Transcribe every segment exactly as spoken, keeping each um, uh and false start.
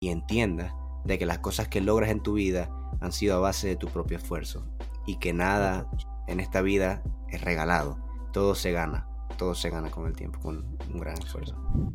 y entiendas de que las cosas que logras en tu vida han sido a base de tu propio esfuerzo y que nada en esta vida es regalado. Todo se gana, todo se gana con el tiempo, con un gran esfuerzo.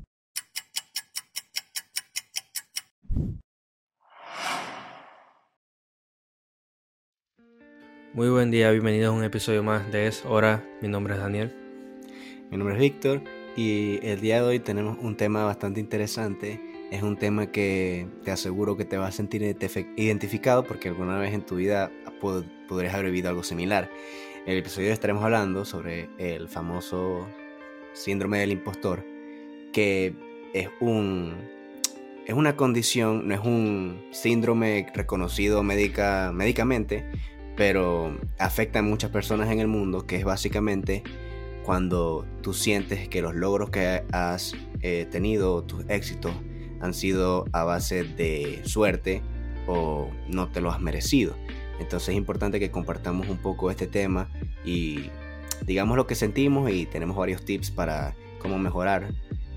Muy buen día, bienvenidos a un episodio más de Es Hora. Mi nombre es Daniel. Mi nombre es Víctor y el día de hoy tenemos un tema bastante interesante. Es un tema que te aseguro que te vas a sentir identificado porque alguna vez en tu vida pod- podrías haber vivido algo similar. En el episodio de hoy estaremos hablando sobre el famoso síndrome del impostor, que es un es una condición, no es un síndrome reconocido médica, médicamente, pero afecta a muchas personas en el mundo, que es básicamente cuando tú sientes que los logros que has eh, tenido, tus éxitos, han sido a base de suerte o no te lo has merecido. Entonces es importante que compartamos un poco este tema y digamos lo que sentimos, y tenemos varios tips para cómo mejorar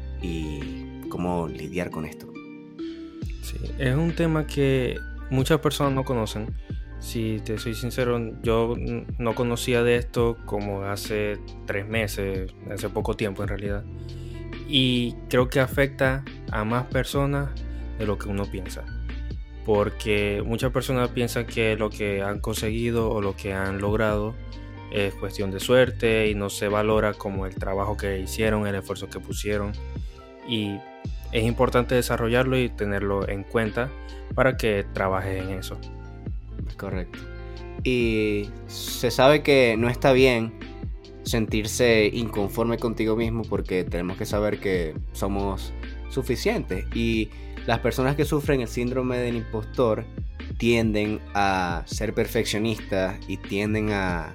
y cómo lidiar con esto. Sí, es un tema que muchas personas no conocen. Si te soy sincero, yo no conocía de esto como hace tres meses, hace poco tiempo en realidad. Y creo que afecta a más personas de lo que uno piensa. Porque muchas personas piensan que lo que han conseguido o lo que han logrado es cuestión de suerte y no se valora como el trabajo que hicieron, el esfuerzo que pusieron. Y es importante desarrollarlo y tenerlo en cuenta para que trabajes en eso. Correcto. Y se sabe que no está bien sentirse inconforme contigo mismo, porque tenemos que saber que somos suficientes, y las personas que sufren el síndrome del impostor tienden a ser perfeccionistas y tienden a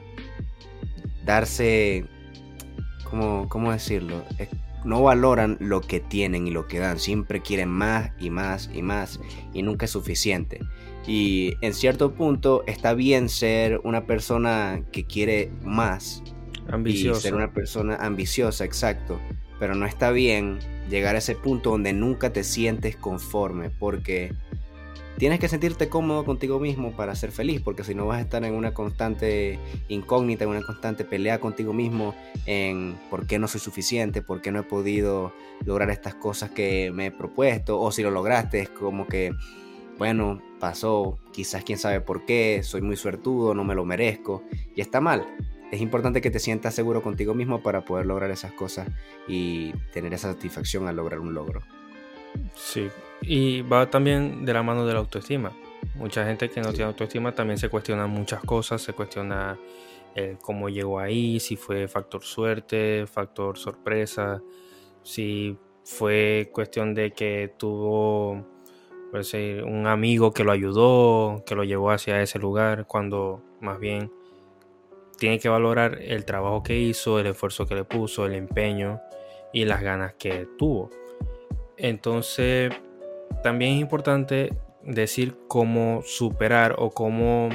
darse, ¿cómo, cómo decirlo? No valoran lo que tienen y lo que dan, siempre quieren más y más y más y nunca es suficiente. Y en cierto punto está bien ser una persona que quiere más, ambiciosa, y ser una persona ambiciosa, exacto, pero no está bien llegar a ese punto donde nunca te sientes conforme, porque tienes que sentirte cómodo contigo mismo para ser feliz, porque si no vas a estar en una constante incógnita, en una constante pelea contigo mismo en por qué no soy suficiente, por qué no he podido lograr estas cosas que me he propuesto, o si lo lograste es como que, bueno, pasó, quizás quién sabe por qué, soy muy suertudo, no me lo merezco, y está mal. Es importante que te sientas seguro contigo mismo para poder lograr esas cosas y tener esa satisfacción al lograr un logro. Sí, y va también de la mano de la autoestima. Mucha gente que no sí. tiene autoestima también se cuestiona muchas cosas, se cuestiona eh, cómo llegó ahí, si fue factor suerte, factor sorpresa, si fue cuestión de que tuvo, por decir, un amigo que lo ayudó, que lo llevó hacia ese lugar, cuando más bien tiene que valorar el trabajo que hizo, el esfuerzo que le puso, el empeño y las ganas que tuvo. Entonces, también es importante decir cómo superar o cómo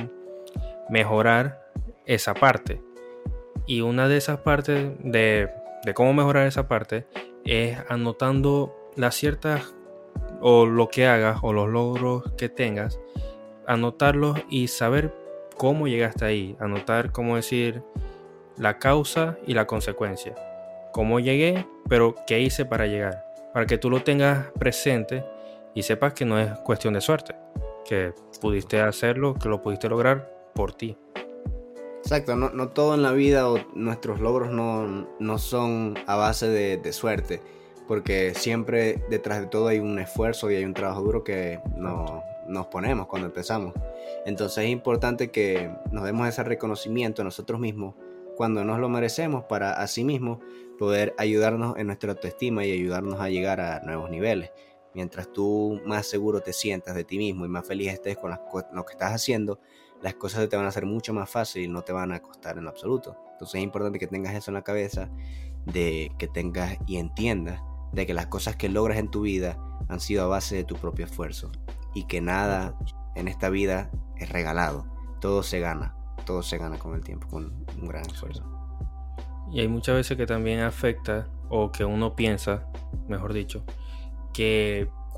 mejorar esa parte. Y una de esas partes de, de cómo mejorar esa parte es anotando las ciertas o lo que hagas o los logros que tengas, anotarlos y saber cómo llegaste ahí. Anotar, cómo decir, la causa y la consecuencia. Cómo llegué, pero qué hice para llegar. Para que tú lo tengas presente y sepas que no es cuestión de suerte, que pudiste hacerlo, que lo pudiste lograr por ti. Exacto, no, no todo en la vida o nuestros logros no, no son a base de, de suerte, porque siempre detrás de todo hay un esfuerzo y hay un trabajo duro que no, nos ponemos cuando empezamos. Entonces es importante que nos demos ese reconocimiento a nosotros mismos cuando nos lo merecemos, para así mismo poder ayudarnos en nuestra autoestima y ayudarnos a llegar a nuevos niveles. Mientras tú más seguro te sientas de ti mismo y más feliz estés con las, lo que estás haciendo, las cosas te van a hacer mucho más fácil y no te van a costar en lo absoluto. Entonces es importante que tengas eso en la cabeza, de que tengas y entiendas de que las cosas que logras en tu vida han sido a base de tu propio esfuerzo y que nada en esta vida es regalado. Todo se gana, todo se gana con el tiempo, con un gran esfuerzo. Y hay muchas veces que también afecta, o que uno piensa, mejor dicho, que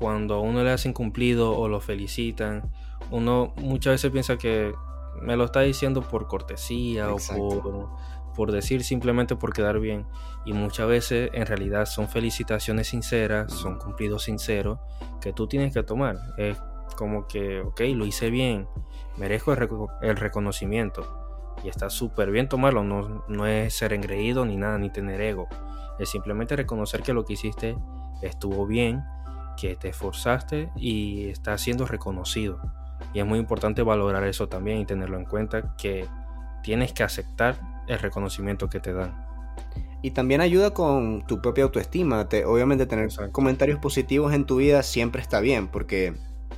cuando a uno le hacen cumplido o lo felicitan, uno muchas veces piensa que me lo está diciendo por cortesía Exacto. o por, por decir simplemente por quedar bien. Y muchas veces en realidad son felicitaciones sinceras, son cumplidos sinceros que tú tienes que tomar. Es como que, ok, lo hice bien, merezco el, rec- el reconocimiento. Y está súper bien tomarlo, no, no es ser engreído ni nada, ni tener ego. Es simplemente reconocer que lo que hiciste estuvo bien, que te esforzaste y está siendo reconocido. Y es muy importante valorar eso también y tenerlo en cuenta, que tienes que aceptar el reconocimiento que te dan. Y también ayuda con tu propia autoestima. Te, obviamente tener Exacto. comentarios positivos en tu vida siempre está bien, porque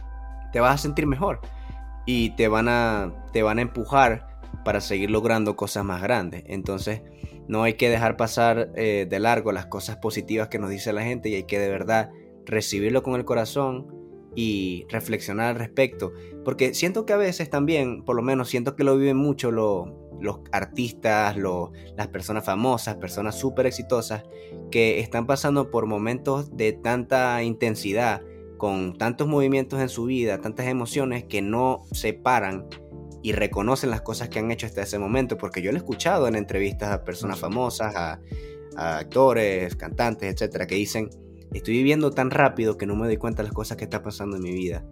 te vas a sentir mejor y te van a, te van a empujar para seguir logrando cosas más grandes. Entonces no hay que dejar pasar eh, de largo las cosas positivas que nos dice la gente, y hay que de verdad recibirlo con el corazón y reflexionar al respecto, porque siento que a veces también, por lo menos siento que lo viven mucho lo, los artistas, lo, las personas famosas, personas súper exitosas que están pasando por momentos de tanta intensidad, con tantos movimientos en su vida, tantas emociones, que no se paran y reconocen las cosas que han hecho hasta ese momento, porque yo lo he escuchado en entrevistas a personas famosas, a, a actores, cantantes, etcétera, que dicen: estoy viviendo tan rápido que no me doy cuenta de las cosas que están pasando en mi vida.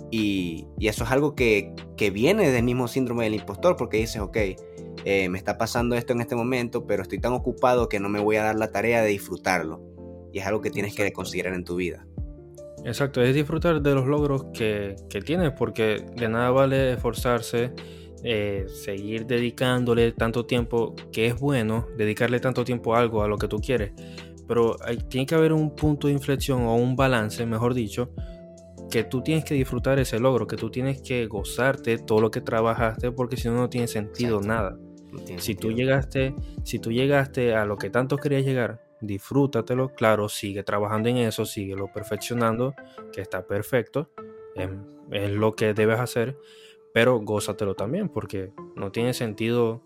Y, y eso es algo que, que viene del mismo síndrome del impostor, porque dices, ok, eh, me está pasando esto en este momento, pero estoy tan ocupado que no me voy a dar la tarea de disfrutarlo. Y es algo que tienes Exacto. que considerar en tu vida. Exacto, es disfrutar de los logros que, que tienes, porque de nada vale esforzarse, eh, seguir dedicándole tanto tiempo, que es bueno, dedicarle tanto tiempo a algo, a lo que tú quieres, pero hay, tiene que haber un punto de inflexión o un balance, mejor dicho, que tú tienes que disfrutar ese logro, que tú tienes que gozarte todo lo que trabajaste, porque si no, no tiene sentido Exacto. nada. No tiene si sentido. tú llegaste, si tú llegaste a lo que tanto querías llegar, disfrútatelo, claro, sigue trabajando en eso, síguelo perfeccionando, que está perfecto, es, es lo que debes hacer, pero gózatelo también, porque no tiene sentido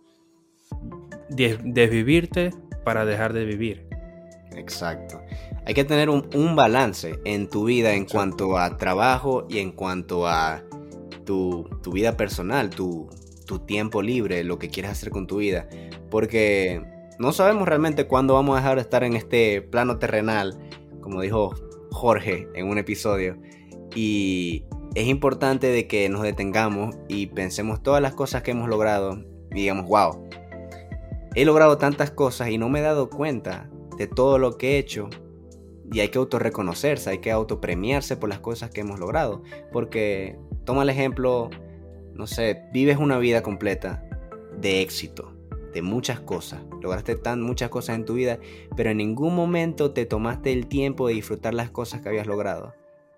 des- desvivirte para dejar de vivir. Exacto. Hay que tener un, un balance en tu vida en Exacto. cuanto a trabajo y en cuanto a tu, tu vida personal, tu, tu tiempo libre, lo que quieres hacer con tu vida, porque no sabemos realmente cuándo vamos a dejar de estar en este plano terrenal, como dijo Jorge en un episodio, y es importante de que nos detengamos y pensemos todas las cosas que hemos logrado y digamos, wow, he logrado tantas cosas y no me he dado cuenta de todo lo que he hecho. Y hay que autorreconocerse, hay que autopremiarse por las cosas que hemos logrado, porque toma el ejemplo, no sé, vives una vida completa de éxito, de muchas cosas, lograste tan muchas cosas en tu vida, pero en ningún momento te tomaste el tiempo de disfrutar las cosas que habías logrado.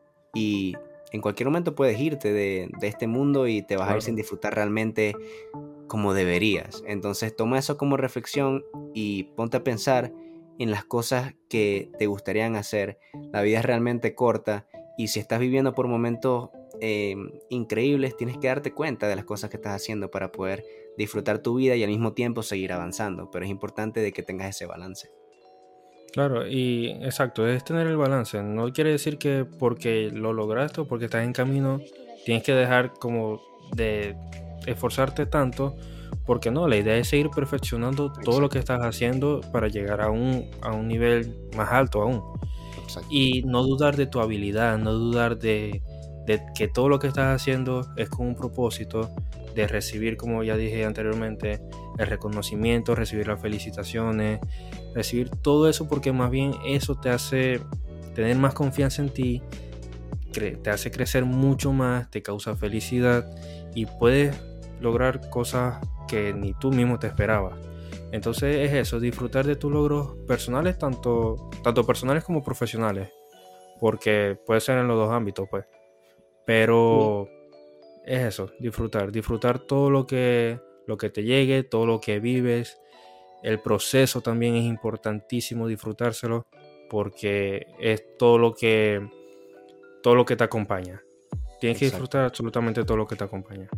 Y en cualquier momento puedes irte de, de este mundo y te vas claro. a ir sin disfrutar realmente como deberías. Entonces toma eso como reflexión y ponte a pensar en las cosas que te gustarían hacer. La vida es realmente corta, y si estás viviendo por momentos eh, increíbles, tienes que darte cuenta de las cosas que estás haciendo para poder disfrutar tu vida y al mismo tiempo seguir avanzando. Pero es importante de que tengas ese balance. Claro, y exacto, es tener el balance. No quiere decir que porque lo lograste o porque estás en camino tienes que dejar como de esforzarte tanto, porque no, la idea es seguir perfeccionando Exacto. todo lo que estás haciendo para llegar a un, a un nivel más alto aún. Exacto. Y no dudar de tu habilidad, no dudar de, de que todo lo que estás haciendo es con un propósito de recibir, como ya dije anteriormente, el reconocimiento, recibir las felicitaciones, recibir todo eso, porque más bien eso te hace tener más confianza en ti, cre- te hace crecer mucho más, te causa felicidad y puedes lograr cosas que ni tú mismo te esperabas. Entonces es eso, disfrutar de tus logros personales, tanto, tanto personales como profesionales, porque puede ser en los dos ámbitos, pues. Pero sí. es eso, disfrutar, disfrutar todo lo que, lo que te llegue, todo lo que vives. El proceso también es importantísimo disfrutárselo, porque es todo lo que, todo lo que te acompaña. Tienes Exacto. que disfrutar absolutamente todo lo que te acompaña.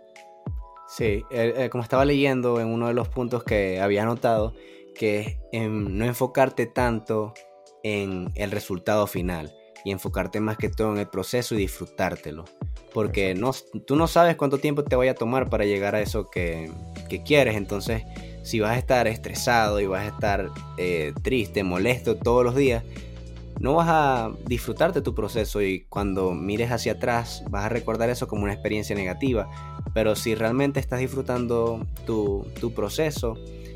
Sí, eh, eh, como estaba leyendo en uno de los puntos que había anotado, que es eh, no enfocarte tanto en el resultado final, y enfocarte más que todo en el proceso y disfrutártelo. Porque no, tú no sabes cuánto tiempo te vaya a tomar para llegar a eso que, que quieres. Entonces, si vas a estar estresado y vas a estar eh, triste, molesto todos los días, no vas a disfrutarte tu proceso, y cuando mires hacia atrás vas a recordar eso como una experiencia negativa. Pero si realmente estás disfrutando tu, tu proceso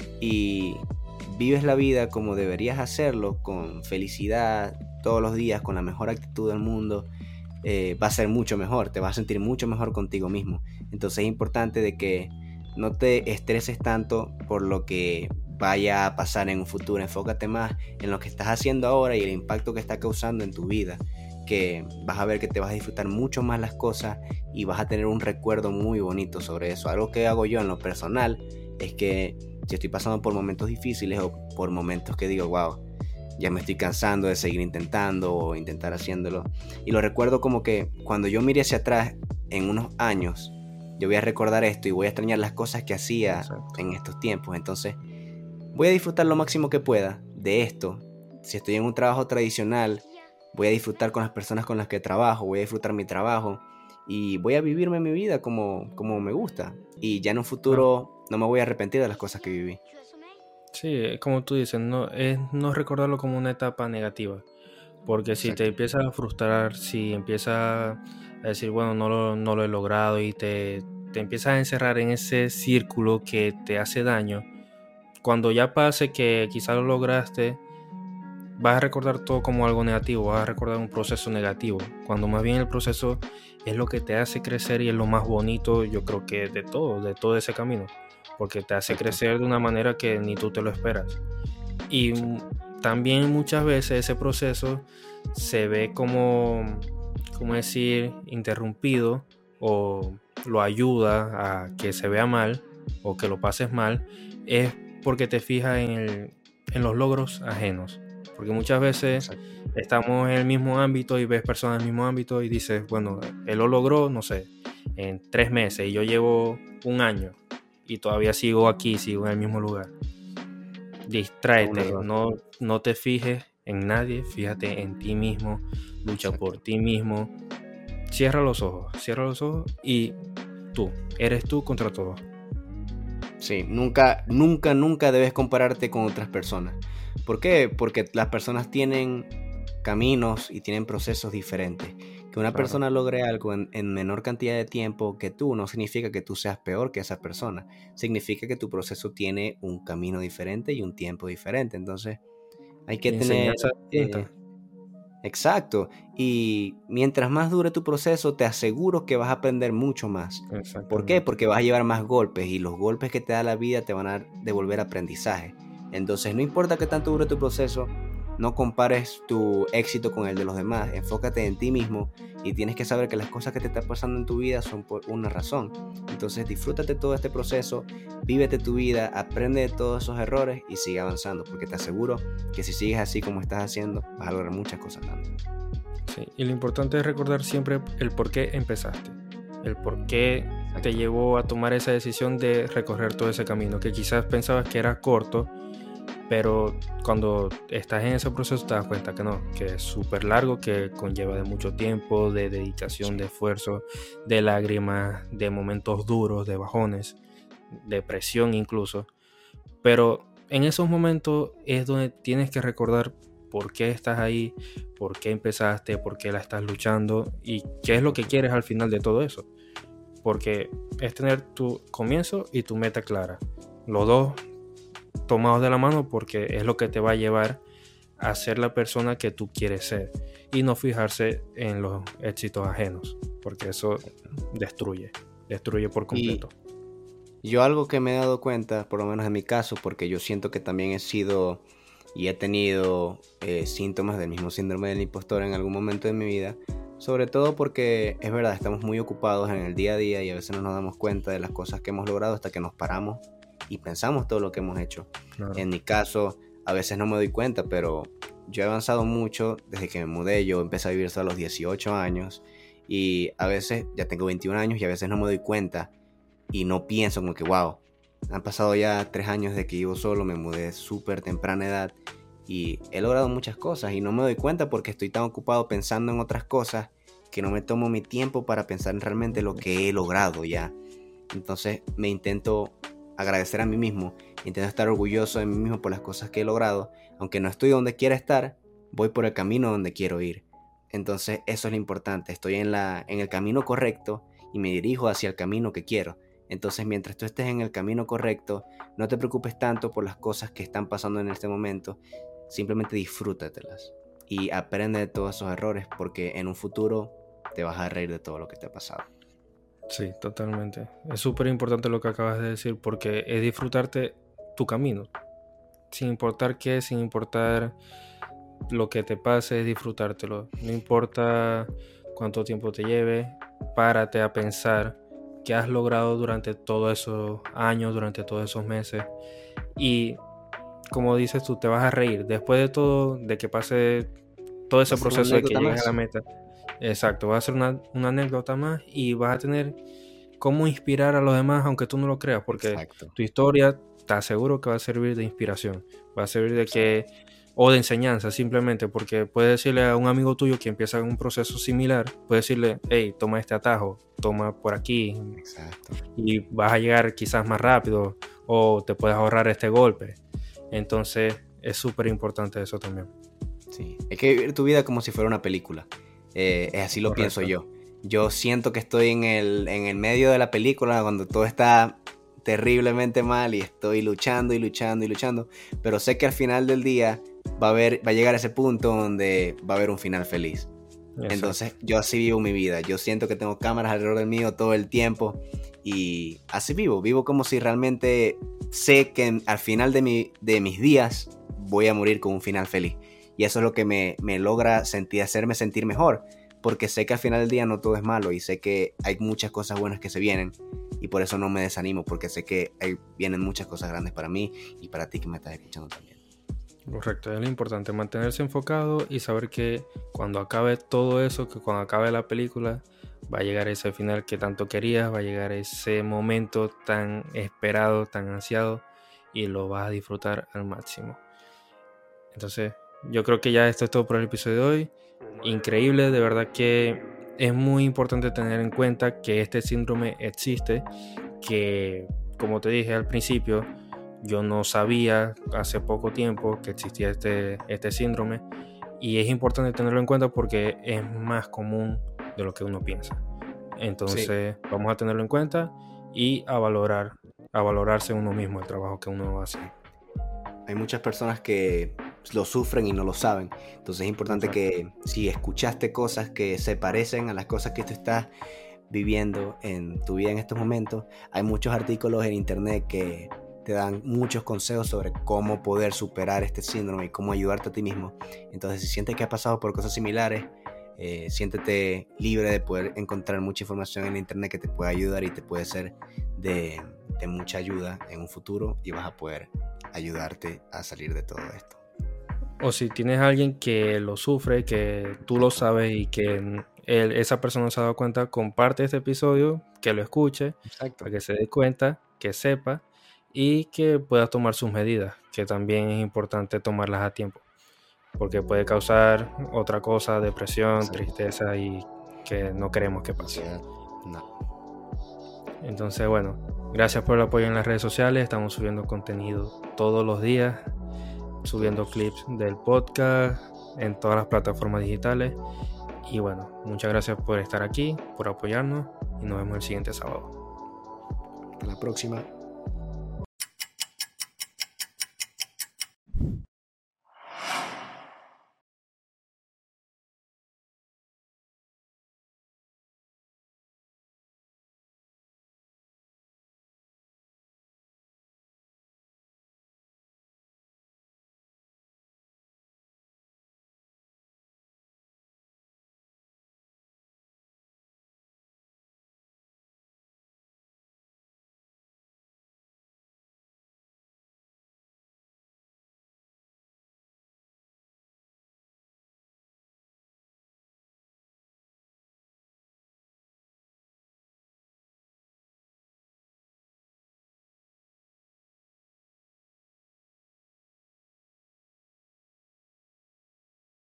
y vives la vida como deberías hacerlo, con felicidad todos los días, con la mejor actitud del mundo, eh, va a ser mucho mejor, te vas a sentir mucho mejor contigo mismo. Entonces es importante de que no te estreses tanto por lo que vaya a pasar en un futuro. Enfócate más en lo que estás haciendo ahora y el impacto que está causando en tu vida, que vas a ver que te vas a disfrutar mucho más las cosas y vas a tener un recuerdo muy bonito sobre eso. Algo que hago yo en lo personal es que si estoy pasando por momentos difíciles o por momentos que digo, wow, ya me estoy cansando de seguir intentando o intentar haciéndolo, y lo recuerdo como que cuando yo mire hacia atrás en unos años, yo voy a recordar esto y voy a extrañar las cosas que hacía Exacto. en estos tiempos. Entonces voy a disfrutar lo máximo que pueda de esto. Si estoy en un trabajo tradicional, voy a disfrutar con las personas con las que trabajo, voy a disfrutar mi trabajo y voy a vivirme mi vida como, como me gusta, y ya en un futuro no me voy a arrepentir de las cosas que viví. Sí, como tú dices, no es no recordarlo como una etapa negativa, porque si Exacto. te empiezas a frustrar, si empiezas a decir, bueno, no lo, no lo he logrado, y te, te empiezas a encerrar en ese círculo que te hace daño, cuando ya pase que quizás lo lograste, vas a recordar todo como algo negativo, vas a recordar un proceso negativo, cuando más bien el proceso es lo que te hace crecer y es lo más bonito, yo creo que de todo, de todo ese camino, porque te hace crecer de una manera que ni tú te lo esperas. Y también muchas veces ese proceso se ve como, como decir, interrumpido, o lo ayuda a que se vea mal o que lo pases mal, es porque te fijas en, el, en los logros ajenos. Porque muchas veces Exacto. estamos en el mismo ámbito y ves personas en el mismo ámbito y dices, bueno, él lo logró, no sé, en tres meses y yo llevo un año y todavía sigo aquí, sigo en el mismo lugar. Distráete, no, no te fijes en nadie, fíjate en ti mismo, lucha Exacto. por ti mismo, cierra los ojos, cierra los ojos y tú, eres tú contra todo. Sí, nunca, nunca, nunca debes compararte con otras personas. ¿Por qué? Porque las personas tienen caminos y tienen procesos diferentes. Que una claro. persona logre algo en, en menor cantidad de tiempo que tú no significa que tú seas peor que esa persona. Significa que tu proceso tiene un camino diferente y un tiempo diferente. Entonces hay que tener... Eh, exacto. Y mientras más dure tu proceso, te aseguro que vas a aprender mucho más. ¿Por qué? Porque vas a llevar más golpes, y los golpes que te da la vida te van a devolver aprendizaje. Entonces no importa qué tanto dure tu proceso, no compares tu éxito con el de los demás, enfócate en ti mismo, y tienes que saber que las cosas que te están pasando en tu vida son por una razón. Entonces disfrútate todo este proceso, vívete tu vida, aprende de todos esos errores y sigue avanzando, porque te aseguro que si sigues así como estás haciendo, vas a lograr muchas cosas grandes. Sí, y lo importante es recordar siempre el por qué empezaste, el por qué te llevó a tomar esa decisión de recorrer todo ese camino, que quizás pensabas que era corto, pero cuando estás en ese proceso te das cuenta que no, que es súper largo, que conlleva de mucho tiempo, de dedicación, de esfuerzo, de lágrimas, de momentos duros, de bajones, de presión incluso. Pero en esos momentos es donde tienes que recordar por qué estás ahí, por qué empezaste, por qué la estás luchando y qué es lo que quieres al final de todo eso. Porque es tener tu comienzo y tu meta clara, los dos tomados de la mano, porque es lo que te va a llevar a ser la persona que tú quieres ser, y no fijarse en los éxitos ajenos, porque eso destruye, destruye por completo. Y yo algo que me he dado cuenta, por lo menos en mi caso, porque yo siento que también he sido y he tenido eh, síntomas del mismo síndrome del impostor en algún momento de mi vida, sobre todo porque es verdad, estamos muy ocupados en el día a día y a veces no nos damos cuenta de las cosas que hemos logrado hasta que nos paramos y pensamos todo lo que hemos hecho. Claro. En mi caso, a veces no me doy cuenta, pero yo he avanzado mucho desde que me mudé. Yo empecé a vivir solo a los dieciocho años y a veces ya tengo veintiún años y a veces no me doy cuenta y no pienso como que wow, han pasado ya tres años de que vivo solo, me mudé súper temprana edad y he logrado muchas cosas y no me doy cuenta porque estoy tan ocupado pensando en otras cosas que no me tomo mi tiempo para pensar en realmente lo que he logrado ya. Entonces me intento agradecer a mí mismo, intento estar orgulloso de mí mismo por las cosas que he logrado. Aunque no estoy donde quiera estar, voy por el camino donde quiero ir. Entonces eso es lo importante, estoy en, la, en el camino correcto y me dirijo hacia el camino que quiero. Entonces mientras tú estés en el camino correcto, no te preocupes tanto por las cosas que están pasando en este momento, simplemente disfrútatelas y aprende de todos esos errores, porque en un futuro te vas a reír de todo lo que te ha pasado. Sí, totalmente. Es súper importante lo que acabas de decir, porque es disfrutarte tu camino. Sin importar qué, sin importar lo que te pase, es disfrutártelo. No importa cuánto tiempo te lleve, párate a pensar qué has logrado durante todos esos años, durante todos esos meses. Y como dices tú, te vas a reír. Después de todo, de que pase todo ese proceso de que llegues a la meta. Exacto, va a ser una, una anécdota más y vas a tener cómo inspirar a los demás, aunque tú no lo creas, porque Exacto. tu historia te aseguro que va a servir de inspiración, va a servir de que, o de enseñanza simplemente, porque puedes decirle a un amigo tuyo que empieza un proceso similar, puedes decirle, hey, toma este atajo, toma por aquí. Exacto. Y vas a llegar quizás más rápido, o te puedes ahorrar este golpe. Entonces es súper importante eso también. Sí, hay que vivir tu vida como si fuera una película. Eh, es así lo Correcto. Pienso yo. Yo siento que estoy en el, en el medio de la película cuando todo está terriblemente mal y estoy luchando y luchando y luchando, pero sé que al final del día va a haber, va a llegar a ese punto donde va a haber un final feliz. Exacto. Entonces yo así vivo mi vida. Yo siento que tengo cámaras alrededor del mío todo el tiempo y así vivo. Vivo como si realmente sé que al final de, mi, de mis días voy a morir con un final feliz. Y eso es lo que me, me logra sentir, hacerme sentir mejor, porque sé que al final del día no todo es malo y sé que hay muchas cosas buenas que se vienen y por eso no me desanimo, porque sé que hay, vienen muchas cosas grandes para mí y para ti que me estás escuchando también. Correcto, es lo importante, mantenerse enfocado y saber que cuando acabe todo eso, que cuando acabe la película, va a llegar ese final que tanto querías, va a llegar ese momento tan esperado, tan ansiado y lo vas a disfrutar al máximo. Entonces, yo creo que ya esto es todo por el episodio de hoy. Increíble, de verdad que es muy importante tener en cuenta que este síndrome existe, que como te dije al principio, yo no sabía hace poco tiempo que existía este, este síndrome y es importante tenerlo en cuenta porque es más común de lo que uno piensa. Entonces sí. Vamos a tenerlo en cuenta y a valorar, a valorarse uno mismo el trabajo que uno hace. Hay muchas personas que lo sufren y no lo saben. Entonces es importante Exacto. que si escuchaste cosas que se parecen a las cosas que tú estás viviendo en tu vida en estos momentos, hay muchos artículos en internet que te dan muchos consejos sobre cómo poder superar este síndrome y cómo ayudarte a ti mismo. Entonces si sientes que has pasado por cosas similares, eh, siéntete libre de poder encontrar mucha información en internet que te pueda ayudar y te puede ser de, de mucha ayuda en un futuro y vas a poder ayudarte a salir de todo esto. O si tienes a alguien que lo sufre, que tú lo sabes y que él, esa persona se ha dado cuenta, comparte este episodio, que lo escuche, Exacto. para que se dé cuenta, que sepa y que pueda tomar sus medidas, que también es importante tomarlas a tiempo, porque puede causar otra cosa, depresión, sí. tristeza y que no queremos que pase. No. Entonces, bueno, gracias por el apoyo en las redes sociales, estamos subiendo contenido todos los días, subiendo clips del podcast en todas las plataformas digitales. Y bueno, muchas gracias por estar aquí, por apoyarnos y nos vemos el siguiente sábado. Hasta la próxima.